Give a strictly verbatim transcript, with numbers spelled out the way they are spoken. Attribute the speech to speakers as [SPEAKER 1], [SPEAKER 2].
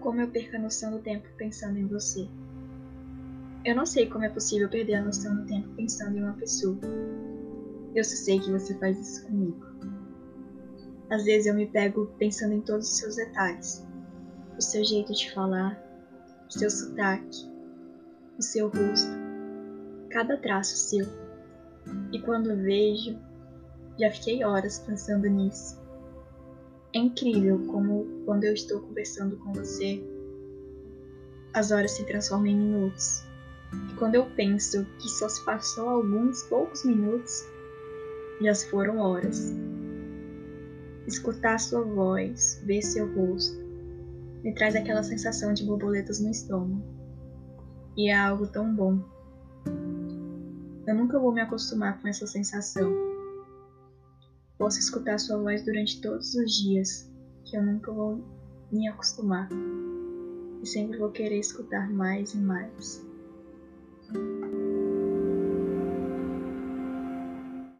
[SPEAKER 1] como eu perco a noção do tempo pensando em você. Eu não sei como é possível perder a noção do tempo pensando em uma pessoa. Eu só sei que você faz isso comigo. Às vezes eu me pego pensando em todos os seus detalhes. O seu jeito de falar, o seu sotaque, o seu rosto, cada traço seu. E quando vejo, já fiquei horas pensando nisso. É incrível como, quando eu estou conversando com você, as horas se transformam em minutos. E quando eu penso que só se passou alguns poucos minutos, já se foram horas. Escutar sua voz, ver seu rosto, me traz aquela sensação de borboletas no estômago. E é algo tão bom. Eu nunca vou me acostumar com essa sensação. Posso escutar sua voz durante todos os dias, que eu nunca vou me acostumar. E sempre vou querer escutar mais e mais.